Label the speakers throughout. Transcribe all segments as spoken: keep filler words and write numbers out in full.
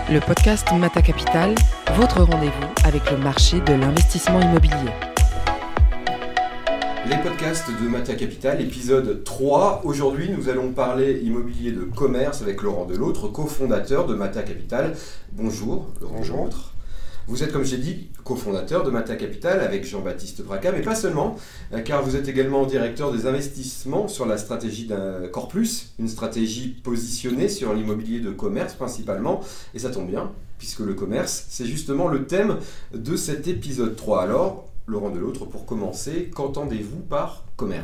Speaker 1: le podcast Mata Capital, votre rendez-vous avec le marché de l'investissement immobilier.
Speaker 2: Les podcasts de Mata Capital, épisode trois. Aujourd'hui, nous allons parler immobilier de commerce avec Laurent Deloutre, cofondateur de Mata Capital. Bonjour, Laurent
Speaker 3: Bonjour.
Speaker 2: Deloutre. Vous êtes, comme j'ai dit, cofondateur de Mata Capital avec Jean-Baptiste Braca, mais pas seulement, car vous êtes également directeur des investissements sur la stratégie d'un Corplus, une stratégie positionnée sur l'immobilier de commerce principalement, et ça tombe bien, puisque le commerce, c'est justement le thème de cet épisode trois. Alors, Laurent Deloutre, pour commencer, qu'entendez-vous par commerce ?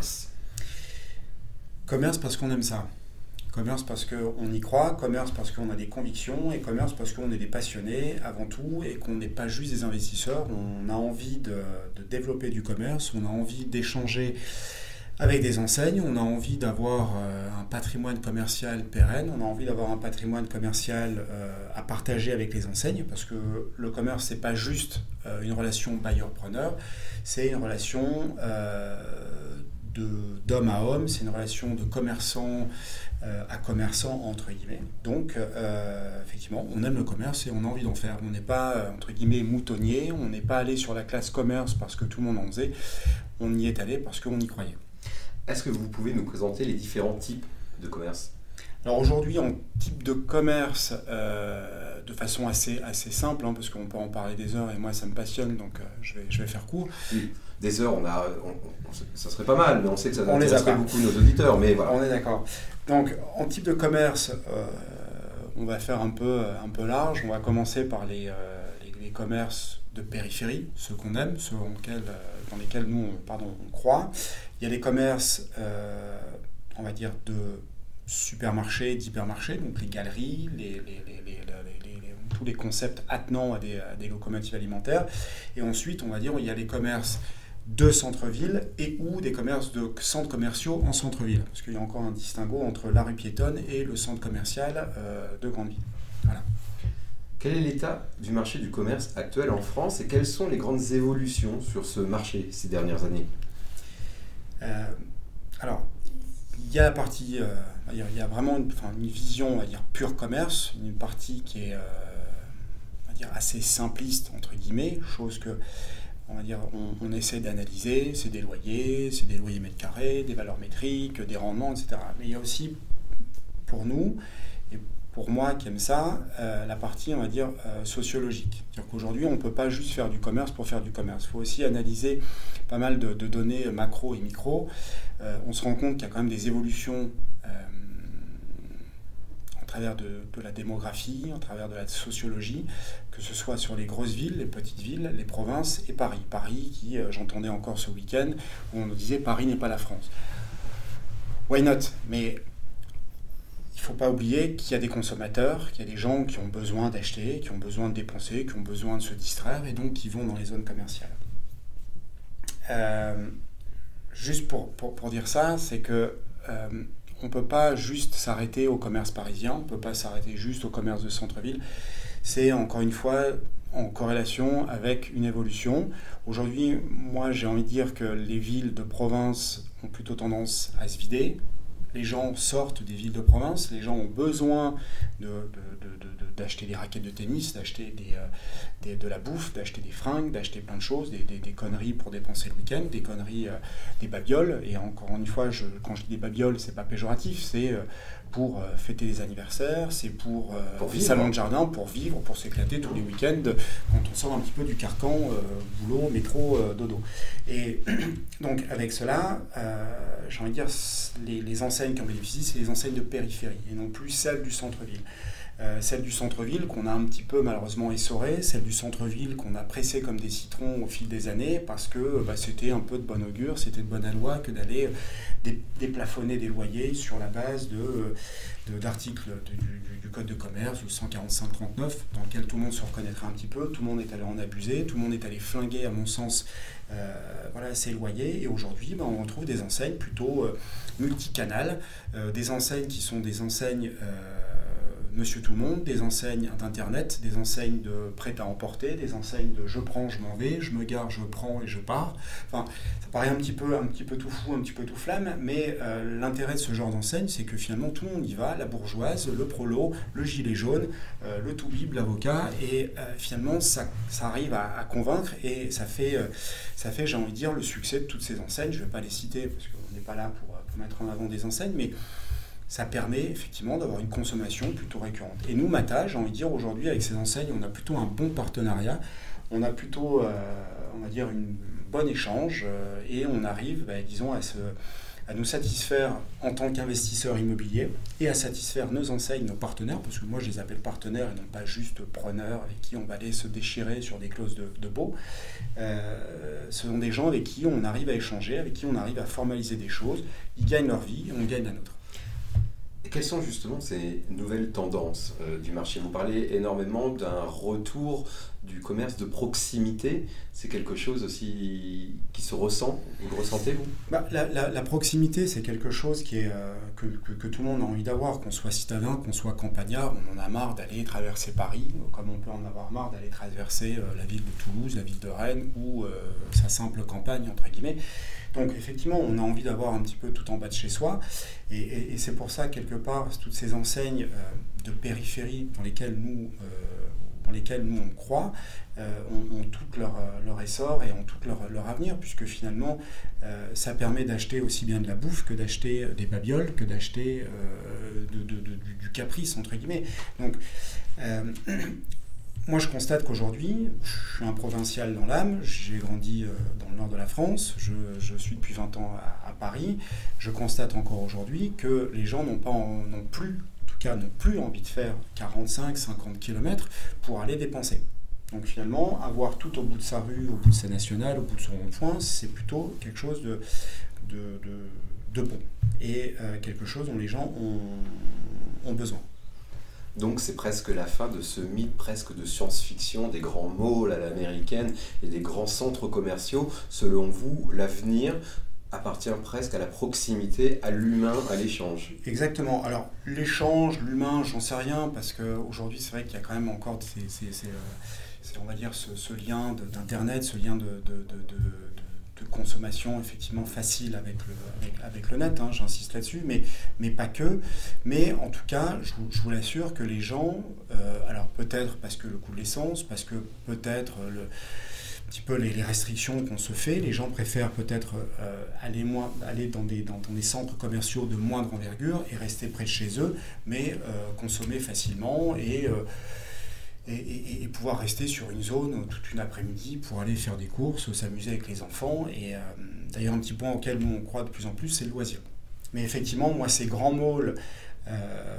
Speaker 3: Commerce parce qu'on aime ça. Commerce parce qu'on y croit, commerce parce qu'on a des convictions, et commerce parce qu'on est des passionnés avant tout, et qu'on n'est pas juste des investisseurs. On a envie de, de développer du commerce, on a envie d'échanger avec des enseignes, on a envie d'avoir euh, un patrimoine commercial pérenne, on a envie d'avoir un patrimoine commercial euh, à partager avec les enseignes, parce que le commerce, c'est pas juste euh, une relation bailleur-preneur, c'est une relation euh, de, d'homme à homme, c'est une relation de commerçant euh, à commerçant, entre guillemets. Donc, euh, effectivement, on aime le commerce et on a envie d'en faire. On n'est pas, euh, entre guillemets, moutonnier, on n'est pas allé sur la classe commerce parce que tout le monde en faisait, on y est allé parce qu'on y croyait.
Speaker 2: Est-ce que vous pouvez nous présenter les différents types de commerce ?
Speaker 3: Alors aujourd'hui, en type de commerce, euh, de façon assez, assez simple, hein, parce qu'on peut en parler des heures et moi ça me passionne, donc euh, je, vais, je vais faire court.
Speaker 2: Oui, des heures, on a, on, on, ça serait pas mal, mais on sait que ça
Speaker 3: On les a
Speaker 2: intéresserait
Speaker 3: pas.
Speaker 2: beaucoup nos auditeurs. Mais voilà.
Speaker 3: On est d'accord. Donc en type de commerce, euh, on va faire un peu, un peu large. On va commencer par les, euh, les, les commerces de périphérie, ceux qu'on aime, ceux en lesquels, dans lesquels nous on, pardon, on croit. Il y a les commerces, euh, on va dire, de supermarchés, d'hypermarchés, donc les galeries, les, les, les, les, les, les, les, tous les concepts attenants à des, à des locomotives alimentaires. Et ensuite, on va dire, il y a les commerces de centre-ville et ou des commerces de centres commerciaux en centre-ville. Parce qu'il y a encore un distinguo entre la rue piétonne et le centre commercial euh, de grande ville. Voilà.
Speaker 2: Quel est l'état du marché du commerce actuel en France et quelles sont les grandes évolutions sur ce marché ces dernières années ?
Speaker 3: euh, Alors, il y a la partie, euh, il y a vraiment une, enfin, une vision, on va dire, pure commerce, une partie qui est, euh, on va dire, assez simpliste, entre guillemets, chose que, on va dire, on, on essaie d'analyser, c'est des loyers, c'est des loyers mètres carrés, des valeurs métriques, des rendements, et cetera. Mais il y a aussi, pour nous, et pour moi qui aime ça, euh, la partie, on va dire, euh, sociologique. C'est-à-dire qu'aujourd'hui, on ne peut pas juste faire du commerce pour faire du commerce. Il faut aussi analyser pas mal de, de données macro et micro. Euh, on se rend compte qu'il y a quand même des évolutions euh, en travers de, de la démographie, en travers de la sociologie, que ce soit sur les grosses villes, les petites villes, les provinces et Paris. Paris qui, euh, j'entendais encore ce week-end, où on nous disait « Paris n'est pas la France ». Why not ? Mais il ne faut pas oublier qu'il y a des consommateurs, qu'il y a des gens qui ont besoin d'acheter, qui ont besoin de dépenser, qui ont besoin de se distraire et donc qui vont dans les zones commerciales. Euh, juste pour, pour, pour dire ça, c'est que euh, on ne peut pas juste s'arrêter au commerce parisien, on ne peut pas s'arrêter juste au commerce de centre-ville. C'est encore une fois en corrélation avec une évolution. Aujourd'hui, moi j'ai envie de dire que les villes de province ont plutôt tendance à se vider. Les gens sortent des villes de province, les gens ont besoin de, de, de, de, d'acheter des raquettes de tennis, d'acheter des, euh, des, de la bouffe, d'acheter des fringues, d'acheter plein de choses, des, des, des conneries pour dépenser le week-end, des conneries, euh, des babioles. Et encore une fois, je, quand je dis des babioles, c'est pas péjoratif, c'est euh, pour euh, fêter les anniversaires, c'est pour, euh,
Speaker 2: pour
Speaker 3: les salons de jardin, pour vivre, pour s'éclater tous les week-ends quand on sort un petit peu du carcan, euh, boulot, métro, euh, dodo. Et donc avec cela, euh, j'ai envie de dire, les, les enseignes qui en bénéficient, c'est les enseignes de périphérie et non plus celles du centre-ville. Euh, celle du centre-ville qu'on a un petit peu malheureusement essorée, celle du centre-ville qu'on a pressée comme des citrons au fil des années parce que bah, c'était un peu de bon augure, c'était de bonne aloi que d'aller dé- déplafonner des loyers sur la base de, de, d'articles de, du, du Code de commerce, le cent quarante-cinq trente-neuf, dans lequel tout le monde se reconnaîtra un petit peu, tout le monde est allé en abuser, tout le monde est allé flinguer, à mon sens, euh, voilà, ces loyers. Et aujourd'hui, bah, on retrouve des enseignes plutôt euh, multicanales, euh, des enseignes qui sont des enseignes... Euh, Monsieur Tout-le-Monde, des enseignes d'Internet, des enseignes de prêt-à-emporter, des enseignes de je prends, je m'en vais, je me gare, je prends et je pars. Enfin, ça paraît un petit peu, un petit peu tout fou, un petit peu tout flamme, mais euh, l'intérêt de ce genre d'enseigne, c'est que finalement tout le monde y va, la bourgeoise, le prolo, le gilet jaune, euh, le tout-bib, l'avocat, et euh, finalement ça, ça arrive à, à convaincre et ça fait, euh, ça fait, j'ai envie de dire, le succès de toutes ces enseignes. Je ne vais pas les citer parce qu'on n'est pas là pour, pour mettre en avant des enseignes, mais ça permet effectivement d'avoir une consommation plutôt récurrente. Et nous, Mata, j'ai envie de dire, aujourd'hui, avec ces enseignes, on a plutôt un bon partenariat, on a plutôt, euh, on va dire, une bon échange, euh, et on arrive, bah, disons, à, se, à nous satisfaire en tant qu'investisseurs immobiliers et à satisfaire nos enseignes, nos partenaires, parce que moi, je les appelle partenaires et non pas juste preneurs avec qui on va aller se déchirer sur des clauses de, de baux. Euh, ce sont des gens avec qui on arrive à échanger, avec qui on arrive à formaliser des choses. Ils gagnent leur vie et on gagne la nôtre.
Speaker 2: Et quelles sont justement ces nouvelles tendances euh, du marché ? Vous parlez énormément d'un retour du commerce de proximité. C'est quelque chose aussi qui se ressent. Vous le ressentez, vous ?
Speaker 3: bah, la, la, la proximité, c'est quelque chose qui est, euh, que, que, que tout le monde a envie d'avoir, qu'on soit citadin, qu'on soit campagnard. On en a marre d'aller traverser Paris, comme on peut en avoir marre d'aller traverser euh, la ville de Toulouse, la ville de Rennes ou euh, sa simple campagne, entre guillemets. Donc effectivement, on a envie d'avoir un petit peu tout en bas de chez soi, et, et, et c'est pour ça, quelque part, toutes ces enseignes euh, de périphérie dans lesquelles nous, euh, dans lesquelles nous on croit, euh, ont, ont tout leur, leur essor et ont tout leur, leur avenir, puisque finalement, euh, ça permet d'acheter aussi bien de la bouffe que d'acheter des babioles, que d'acheter euh, de, de, de, du, du caprice, entre guillemets. Donc, euh, moi, je constate qu'aujourd'hui, je suis un provincial dans l'âme, j'ai grandi dans le nord de la France, je, je suis depuis vingt ans à, à Paris. Je constate encore aujourd'hui que les gens n'ont pas, en, n'ont plus, en tout cas, n'ont plus envie de faire quarante-cinq à cinquante kilomètres pour aller dépenser. Donc finalement, avoir tout au bout de sa rue, au bout de sa nationale, au bout de son rond-point, c'est plutôt quelque chose de, de, de, de bon et euh, quelque chose dont les gens ont, ont besoin.
Speaker 2: Donc c'est presque la fin de ce mythe presque de science-fiction, des grands malls à l'américaine et des grands centres commerciaux. Selon vous, l'avenir appartient presque à la proximité, à l'humain, à l'échange.
Speaker 3: Exactement. Alors l'échange, l'humain, j'en sais rien, parce qu'aujourd'hui c'est vrai qu'il y a quand même encore ces, ces, ces, ces, on va dire ce, ce lien de, d'Internet, ce lien de, de, de, de, de consommation effectivement facile avec le, avec, avec le net, hein, j'insiste là-dessus, mais, mais pas que. Mais en tout cas, je vous, je vous l'assure que les gens, euh, alors peut-être parce que le coût de l'essence, parce que peut-être le, un petit peu les, les restrictions qu'on se fait, les gens préfèrent peut-être euh, aller, moins, aller dans, des, dans, dans des centres commerciaux de moindre envergure et rester près de chez eux, mais euh, consommer facilement et... Euh, Et, et, et pouvoir rester sur une zone toute une après-midi pour aller faire des courses, s'amuser avec les enfants. Et euh, d'ailleurs, un petit point auquel nous on croit de plus en plus, c'est le loisir. Mais effectivement, moi, ces grands malls, euh,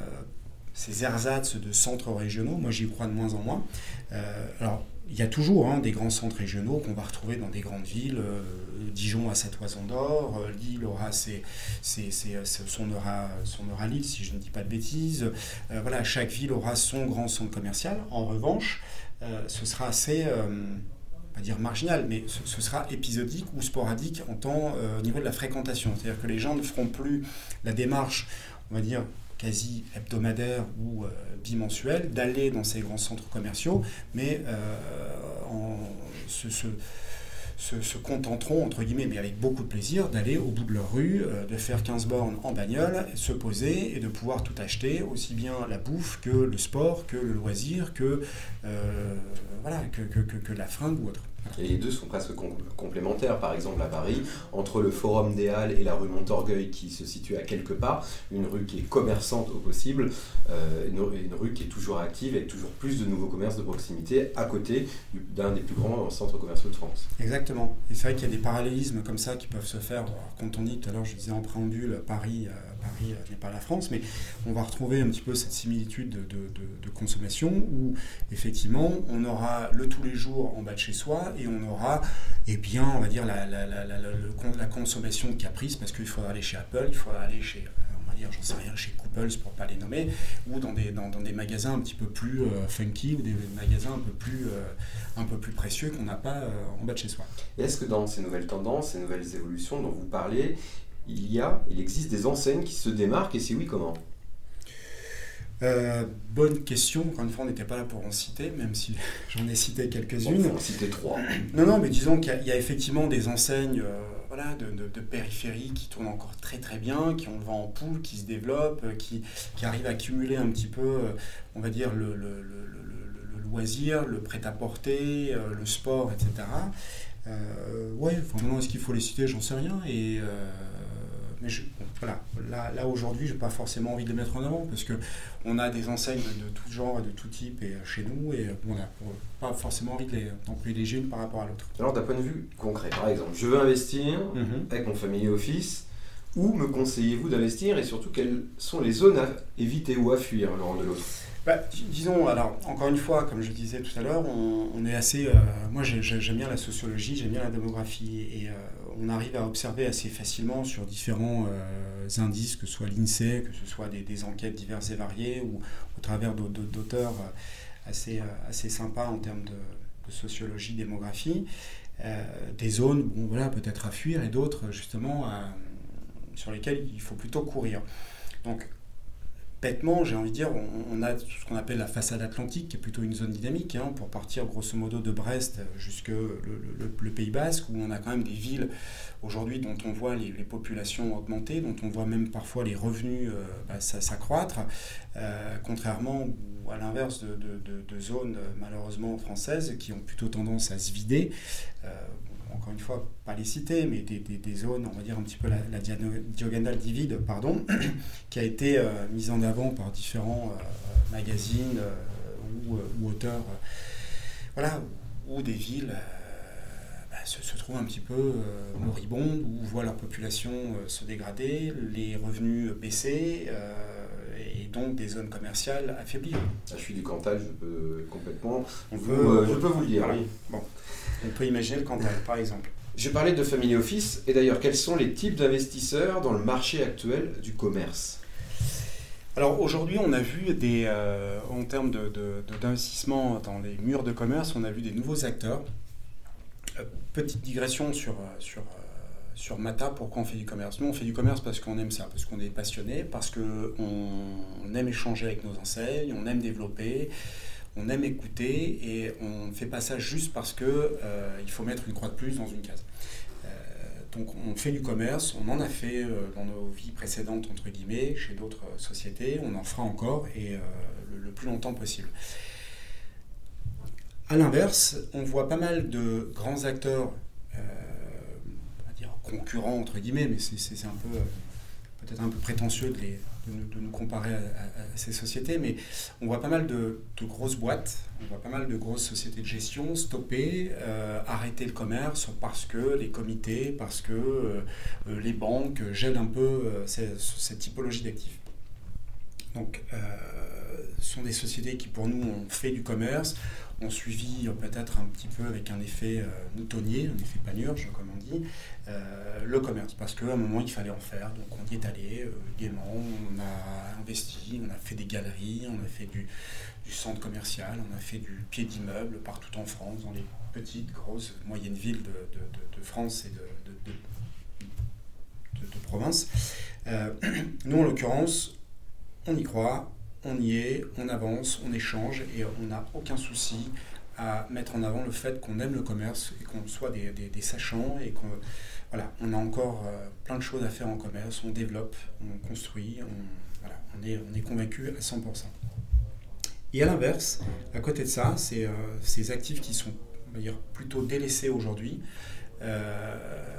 Speaker 3: ces ersatz de centres régionaux, moi, j'y crois de moins en moins. Euh, alors, il y a toujours hein, des grands centres régionaux qu'on va retrouver dans des grandes villes. Euh, Dijon a sa toison d'or, euh, Lille aura ses, ses, ses, son, aura, son aura Lille, si je ne dis pas de bêtises. Euh, voilà, chaque ville aura son grand centre commercial. En revanche, euh, ce sera assez, euh, on va dire marginal, mais ce, ce sera épisodique ou sporadique en temps, euh, au niveau de la fréquentation. C'est-à-dire que les gens ne feront plus la démarche, on va dire, quasi hebdomadaire ou euh, bimensuel, d'aller dans ces grands centres commerciaux, mais euh, en, se, se, se, se contenteront, entre guillemets, mais avec beaucoup de plaisir, d'aller au bout de leur rue, euh, de faire quinze bornes en bagnole, se poser et de pouvoir tout acheter, aussi bien la bouffe que le sport, que le loisir, que, euh, voilà, que, que, que, que la fringue ou autre.
Speaker 2: Et les deux sont presque com- complémentaires. Par exemple, à Paris, entre le Forum des Halles et la rue Montorgueil, qui se situe à quelques pas, une rue qui est commerçante au possible, euh, une, une rue qui est toujours active avec toujours plus de nouveaux commerces de proximité à côté d'un des plus grands centres commerciaux de France.
Speaker 3: Exactement. Et c'est vrai qu'il y a des parallélismes comme ça qui peuvent se faire. Alors, quand on dit, tout à l'heure, je disais en préambule, Paris, euh, Paris euh, n'est pas la France, mais on va retrouver un petit peu cette similitude de, de, de, de consommation où, effectivement, on aura le tous les jours en bas de chez soi, et on aura, eh bien, on va dire, la, la, la, la, la, la consommation de caprice, parce qu'il faudra aller chez Apple, il faudra aller chez, on va dire, j'en sais rien, chez Couples, pour ne pas les nommer, ou dans des, dans, dans des magasins un petit peu plus euh, funky, ou des magasins un peu plus, euh, un peu plus précieux qu'on n'a pas euh, en bas de chez soi.
Speaker 2: Et est-ce que dans ces nouvelles tendances, ces nouvelles évolutions dont vous parlez, il y a, il existe des enseignes qui se démarquent, et si oui, comment ?
Speaker 3: Euh, bonne question. Encore une fois, on n'était pas là pour en citer, même si j'en ai cité quelques-unes.
Speaker 2: On peut en citer trois.
Speaker 3: Non, non, mais disons qu'il y a, il y a effectivement des enseignes euh, voilà, de, de, de périphérie qui tournent encore très très bien, qui ont le vent en poupe, qui se développent, euh, qui, qui arrivent à cumuler un petit peu, euh, on va dire, le, le, le, le, le loisir, le prêt-à-porter, euh, le sport, et cetera. Euh, ouais, vraiment, est-ce qu'il faut les citer? J'en sais rien. Et... Euh, Mais je, bon, voilà, là, là aujourd'hui, je n'ai pas forcément envie de les mettre en avant parce qu'on a des enseignes de, de tout genre et de tout type et, chez nous et on n'a pas forcément envie de les, d'en privilégier une par rapport à l'autre.
Speaker 2: Alors d'un point de vue concret, par exemple, je veux investir
Speaker 3: Mm-hmm.
Speaker 2: avec mon family office, où me conseillez-vous d'investir et surtout quelles sont les zones à éviter ou à fuir l'un de l'autre?
Speaker 3: Bah, disons, alors encore une fois, comme je disais tout à l'heure, on, on est assez. Euh, moi, j'ai, j'aime bien la sociologie, j'aime bien la démographie, et euh, on arrive à observer assez facilement sur différents euh, indices, que ce soit l'INSEE, que ce soit des, des enquêtes diverses et variées, ou au travers d'auteurs assez, assez sympas en termes de, de sociologie, démographie, euh, des zones, bon voilà, peut-être à fuir, et d'autres justement à, sur lesquelles il faut plutôt courir. Donc bêtement, j'ai envie de dire, on, on a ce qu'on appelle la façade atlantique, qui est plutôt une zone dynamique, hein, pour partir grosso modo de Brest jusque le, le, le Pays Basque, où on a quand même des villes aujourd'hui dont on voit les, les populations augmenter, dont on voit même parfois les revenus euh, bah, ça, s'accroître, euh, contrairement ou à l'inverse de, de, de, de zones malheureusement françaises qui ont plutôt tendance à se vider. Euh, encore une fois, pas les citer, mais des, des, des zones, on va dire un petit peu la, la diagonale divide, pardon, qui a été euh, mise en avant par différents euh, magazines euh, ou, euh, ou auteurs, euh, voilà, où des villes euh, bah, se, se trouvent un petit peu euh, moribondes, où voient leur population euh, se dégrader, les revenus baisser, euh, et donc des zones commerciales affaiblies.
Speaker 2: Ah, je suis du Cantal, je peux complètement.
Speaker 3: On
Speaker 2: vous,
Speaker 3: peut,
Speaker 2: euh, je peux vous le dire.
Speaker 3: Voilà.
Speaker 2: Oui.
Speaker 3: Bon. On peut imaginer le Cantal, par exemple.
Speaker 2: Je parlais de family office, et d'ailleurs, quels sont les types d'investisseurs dans le marché actuel du commerce?
Speaker 3: Alors aujourd'hui, on a vu des, euh, en termes de, de, de, d'investissement dans les murs de commerce, on a vu des nouveaux acteurs. Euh, petite digression sur, sur, sur Mata, pourquoi on fait du commerce? Nous, on fait du commerce parce qu'on aime ça, parce qu'on est passionné, parce qu'on aime échanger avec nos enseignes, on aime développer. On aime écouter et on ne fait pas ça juste parce qu'il euh, faut mettre une croix de plus dans une case. Euh, donc on fait du commerce, on en a fait euh, dans nos vies précédentes, entre guillemets, chez d'autres sociétés, on en fera encore et euh, le, le plus longtemps possible. A l'inverse, on voit pas mal de grands acteurs, euh, on va dire concurrents, entre guillemets, mais c'est, c'est, c'est un peu, euh, peut-être un peu prétentieux de les... De nous, de nous comparer à, à, à ces sociétés, mais on voit pas mal de, de grosses boîtes, on voit pas mal de grosses sociétés de gestion stopper, euh, arrêter le commerce parce que les comités, parce que euh, les banques gèlent un peu euh, cette, cette typologie d'actifs. Donc, euh, ce sont des sociétés qui, pour nous, ont fait du commerce, ont suivi euh, peut-être un petit peu avec un effet euh, moutonnier, un effet panurge, comme on dit, euh, le commerce. Parce qu'à un moment, il fallait en faire, donc on y est allé euh, gaiement, on a investi, on a fait des galeries, on a fait du, du centre commercial, on a fait du pied d'immeuble partout en France, dans les petites, grosses, moyennes villes de, de, de, de France et de, de, de, de, de province. Euh, nous, en l'occurrence, on y croit, on y est, on avance, on échange et on n'a aucun souci à mettre en avant le fait qu'on aime le commerce et qu'on soit des, des, des sachants et qu'on voilà, on a encore euh, plein de choses à faire en commerce, on développe, on construit, on, voilà, on est, on est convaincu à cent pour cent. Et à l'inverse, à côté de ça, c'est euh, ces actifs qui sont, on va dire, plutôt délaissés aujourd'hui euh,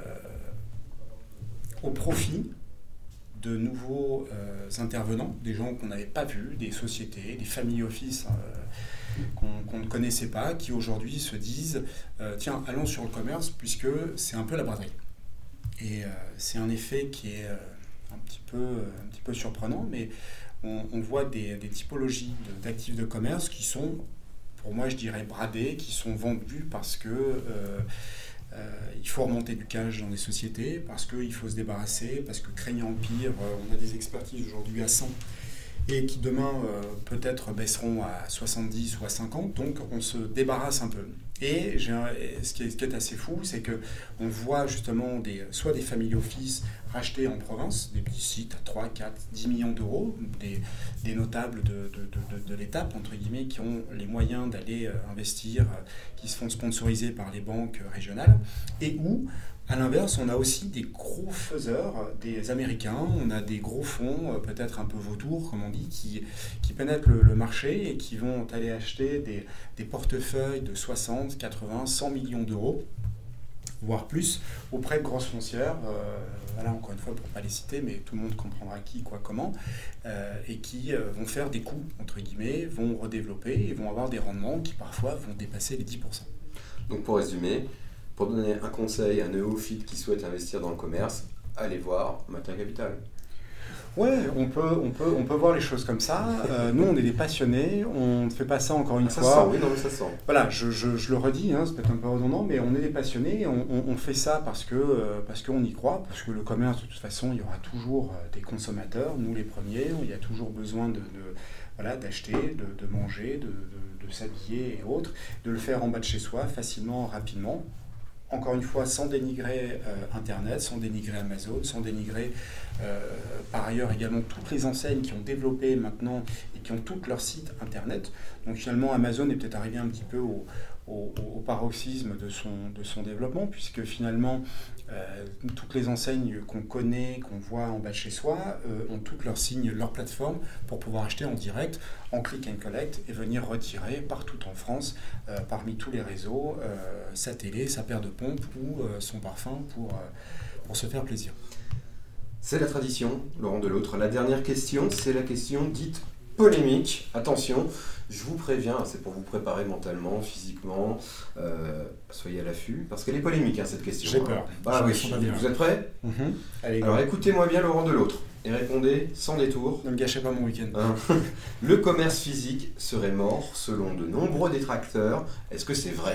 Speaker 3: au profit de nouveaux euh, intervenants, des gens qu'on n'avait pas vus, des sociétés, des family office euh, qu'on, qu'on ne connaissait pas, qui aujourd'hui se disent euh, tiens, allons sur le commerce puisque c'est un peu la braderie. Et euh, c'est un effet qui est euh, un, petit peu, un petit peu surprenant, mais on, on voit des, des typologies de, d'actifs de commerce qui sont, pour moi je dirais bradés, qui sont vendus parce que euh, Euh, il faut remonter du cash dans les sociétés parce qu'il faut se débarrasser, parce que craignant le pire, euh, on a des expertises aujourd'hui à cent et qui demain euh, peut-être baisseront à soixante-dix ou à cinquante, donc on se débarrasse un peu. Et j'ai un, ce, qui est, ce qui est assez fou, c'est qu'on voit justement des, soit des family office rachetés en province, des petits sites à trois, quatre, dix millions d'euros, des, des notables de, de, de, de l'étape, entre guillemets, qui ont les moyens d'aller investir, qui se font sponsoriser par les banques régionales, et où, à l'inverse, on a aussi des gros faiseurs, des Américains, on a des gros fonds, peut-être un peu vautours, comme on dit, qui, qui pénètrent le, le marché et qui vont aller acheter des, des portefeuilles de soixante, quatre-vingts, cent millions d'euros, voire plus, auprès de grosses foncières, euh, voilà, encore une fois, pour ne pas les citer, mais tout le monde comprendra qui, quoi, comment, euh, et qui euh, vont faire des coûts, entre guillemets, vont redévelopper et vont avoir des rendements qui, parfois, vont dépasser les dix pour cent.
Speaker 2: Donc, pour résumer, pour donner un conseil à un néophyte qui souhaite investir dans le commerce, allez voir Mata Capital.
Speaker 3: Ouais, on peut, on peut, on peut voir les choses comme ça. Euh, nous, on est des passionnés, on ne fait pas ça encore une
Speaker 2: ça
Speaker 3: fois.
Speaker 2: Ça sent, oui, non, mais ça sent.
Speaker 3: Voilà, je, je, je le redis, hein, c'est peut-être un peu redondant, mais on est des passionnés, on, on, on fait ça parce que euh, parce qu'on y croit, parce que le commerce, de toute façon, il y aura toujours euh, des consommateurs, nous les premiers, il y a toujours besoin de, de voilà, d'acheter, de, de manger, de, de, de s'habiller et autres, de le faire en bas de chez soi, facilement, rapidement. Encore une fois, sans dénigrer euh, Internet, sans dénigrer Amazon, sans dénigrer euh, par ailleurs également toutes les enseignes qui ont développé maintenant et qui ont toutes leurs sites Internet. Donc finalement, Amazon est peut-être arrivé un petit peu au, au, au paroxysme de son, de son développement, puisque finalement, euh, toutes les enseignes qu'on connaît, qu'on voit en bas de chez soi, euh, ont toutes leurs signes, leurs plateformes pour pouvoir acheter en direct, en click and collect, et venir retirer partout en France, euh, parmi tous les réseaux, euh, sa télé, sa paire de pompes ou euh, son parfum pour, euh, pour se faire plaisir.
Speaker 2: C'est la tradition, Laurent Delautre. La dernière question, c'est la question dite polémique. Attention, je vous préviens, c'est pour vous préparer mentalement, physiquement. Euh, soyez à l'affût, parce qu'elle est polémique, hein, cette question.
Speaker 3: J'ai peur.
Speaker 2: Ah, oui, vous êtes prêts ?
Speaker 3: mm-hmm. Allez,
Speaker 2: Alors écoutez-moi bien, Laurent Delautre, et répondez sans détour.
Speaker 3: Ne me gâchez pas mon week-end.
Speaker 2: Hein. Le commerce physique serait mort selon de nombreux détracteurs. Est-ce que c'est vrai ?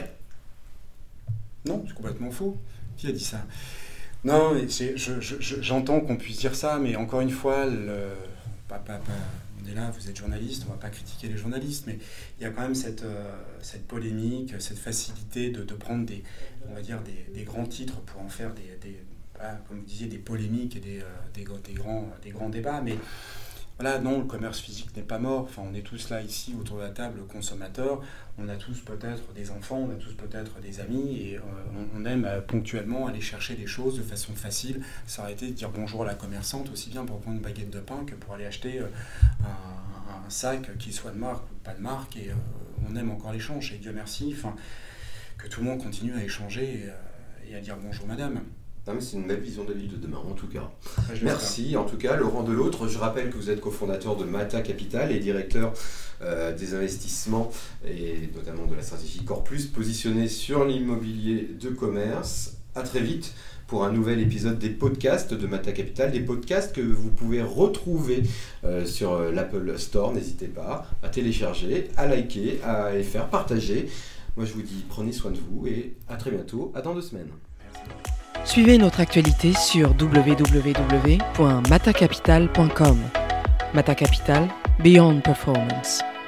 Speaker 3: Non, c'est complètement faux. Qui a dit ça ? Non, c'est, je, je, j'entends qu'on puisse dire ça, mais encore une fois, le, pas, pas, pas, on est là, vous êtes journaliste, on ne va pas critiquer les journalistes, mais il y a quand même cette, euh, cette polémique, cette facilité de, de prendre des, on va dire des, des grands titres pour en faire des, des ah, comme vous disiez, des polémiques et des, euh, des, des, grands, des grands débats. Mais voilà, non, le commerce physique n'est pas mort. Enfin, on est tous là ici autour de la table, consommateurs. On a tous peut-être des enfants, on a tous peut-être des amis, et euh, on, on aime euh, ponctuellement aller chercher des choses de façon facile, s'arrêter de dire bonjour à la commerçante, aussi bien pour prendre une baguette de pain que pour aller acheter euh, un, un sac qui soit de marque ou pas de marque. Et euh, on aime encore l'échange. Et Dieu merci, enfin, que tout le monde continue à échanger et, euh, et à dire bonjour madame.
Speaker 2: Non, mais c'est une belle vision de l'île de demain, en tout cas. Merci, en tout cas, Laurent Delautre. Je rappelle que vous êtes cofondateur de Mata Capital et directeur euh, des investissements et notamment de la stratégie Corplus, positionné sur l'immobilier de commerce. À très vite pour un nouvel épisode des podcasts de Mata Capital, des podcasts que vous pouvez retrouver euh, sur l'Apple Store. N'hésitez pas à télécharger, à liker, à les faire partager. Moi, je vous dis, prenez soin de vous et à très bientôt, à dans deux semaines.
Speaker 3: Merci.
Speaker 1: Suivez notre actualité sur w w w point mata capital point com. Mata Capital, Beyond Performance.